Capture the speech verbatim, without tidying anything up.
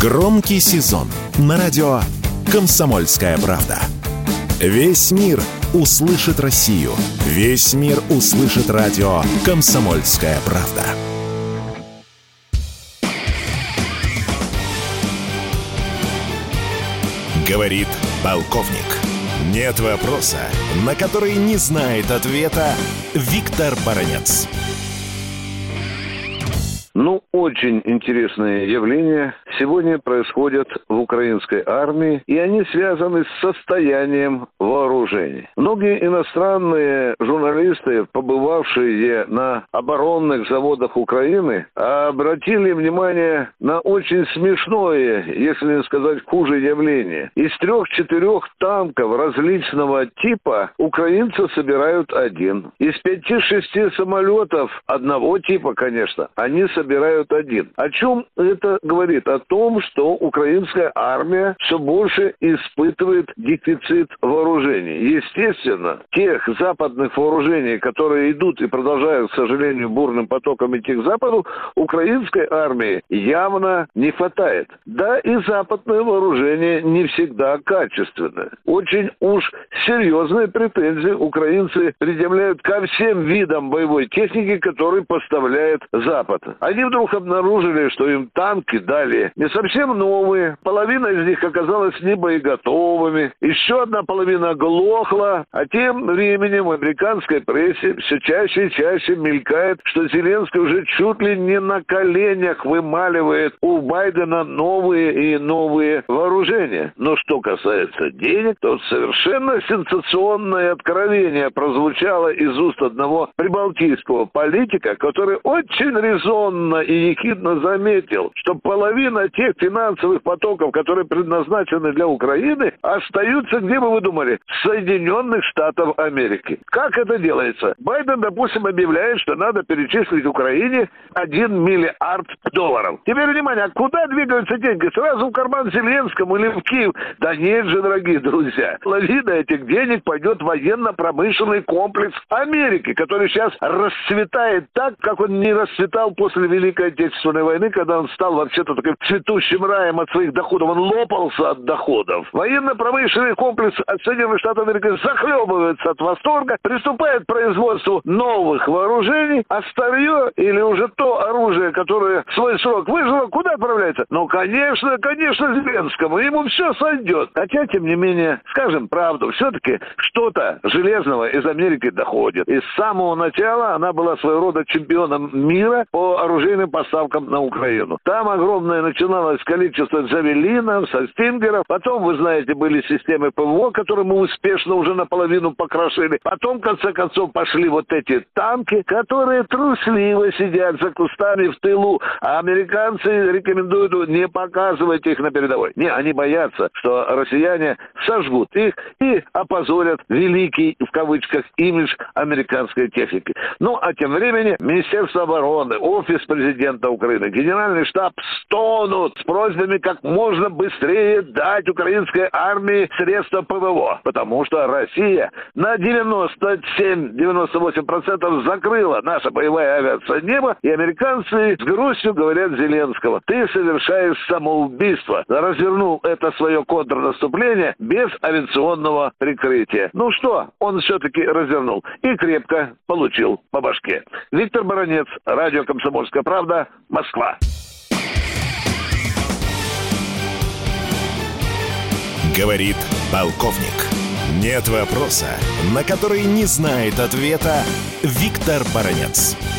Громкий сезон на радио «Комсомольская правда». Весь мир услышит Россию. Весь мир услышит радио «Комсомольская правда». Говорит полковник. Нет вопроса, на который не знает ответа Виктор Баранец. Ну, очень интересные явления сегодня происходят в украинской армии, и они связаны с состоянием вооружений. Многие иностранные журналисты, побывавшие на оборонных заводах Украины, обратили внимание на очень смешное, если не сказать хуже, явление. Из трех-четырех танков различного типа украинцы собирают один. Из пяти-шести самолетов одного типа, конечно, они собирают собирают один. О чем это говорит? О том, что украинская армия все больше испытывает дефицит вооружений. Естественно, тех западных вооружений, которые идут и продолжают, к сожалению, бурным потоком идти к Западу, украинской армии явно не хватает. Да, и западное вооружение не всегда качественное. Очень уж серьезные претензии украинцы предъявляют ко всем видам боевой техники, которые поставляет Запад. Они вдруг обнаружили, что им танки дали не совсем новые. Половина из них оказалась не боеготовыми. Еще одна половина глохла. А тем временем в американской прессе все чаще и чаще мелькает, что Зеленский уже чуть ли не на коленях вымаливает у Байдена новые и новые вооружения. Но что касается денег, то совершенно сенсационное откровение прозвучало из уст одного прибалтийского политика, который очень резонно и ехидно заметил, что половина тех финансовых потоков, которые предназначены для Украины, остаются, где бы вы думали, в Соединенных Штатах Америки. Как это делается? Байден, допустим, объявляет, что надо перечислить Украине один миллиард долларов. Теперь, внимание, а куда двигаются деньги? Сразу в карман Зеленскому или в Киев? Да нет же, дорогие друзья. Половина этих денег пойдет в военно-промышленный комплекс Америки, который сейчас расцветает так, как он не расцветал после Великой Отечественной войны, когда он стал вообще-то таким цветущим раем от своих доходов. Он лопался от доходов. Военно-промышленный комплекс Соединенных Штатов Америки захлебывается от восторга, приступает к производству новых вооружений, а старье или уже то оружие, которое свой срок выжило, куда отправляется? Ну, конечно, конечно, Зеленскому. Ему все сойдет. Хотя, тем не менее, скажем правду, все-таки что-то железного из Америки доходит. И с самого начала она была своего рода чемпионом мира по оружейным поставкам на Украину. Там огромное начиналось количество джавелинов, стингеров. Потом, вы знаете, были системы ПВО, которые мы успешно уже наполовину покрошили. Потом, в конце концов, пошли вот эти танки, которые трусливо сидят за кустами в тылу. А американцы рекомендуют не показывать их на передовой. Не, они боятся, что россияне сожгут их и опозорят великий, в кавычках, имидж американской техники. Ну, а тем временем Министерство обороны, офис президента Украины, генеральный штаб стонут с просьбами как можно быстрее дать украинской армии средства ПВО, потому что Россия на девяносто семь - девяносто восемь процентов закрыла наша боевая авиация небо, и американцы с грустью говорят Зеленского: ты совершаешь самоубийство, развернул это свое контрнаступление без авиационного прикрытия. Ну что, он все-таки развернул и крепко получил по башке. Виктор Баранец, радио «Комсомольская правда», Москва. Говорит полковник. Нет вопроса, на который не знает ответа Виктор Баранец.